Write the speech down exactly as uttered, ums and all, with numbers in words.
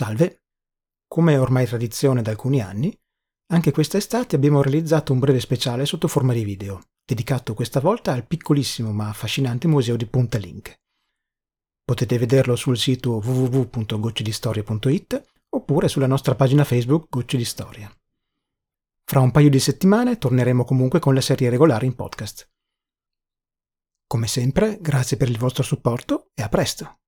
Salve! Come è ormai tradizione da alcuni anni, anche questa estate abbiamo realizzato un breve speciale sotto forma di video, dedicato questa volta al piccolissimo ma affascinante museo di Punta Link. Potete vederlo sul sito w w w punto gocce di storia punto i t oppure sulla nostra pagina Facebook Gocce di Storia. Fra un paio di settimane torneremo comunque con la serie regolare in podcast. Come sempre, grazie per il vostro supporto e a presto!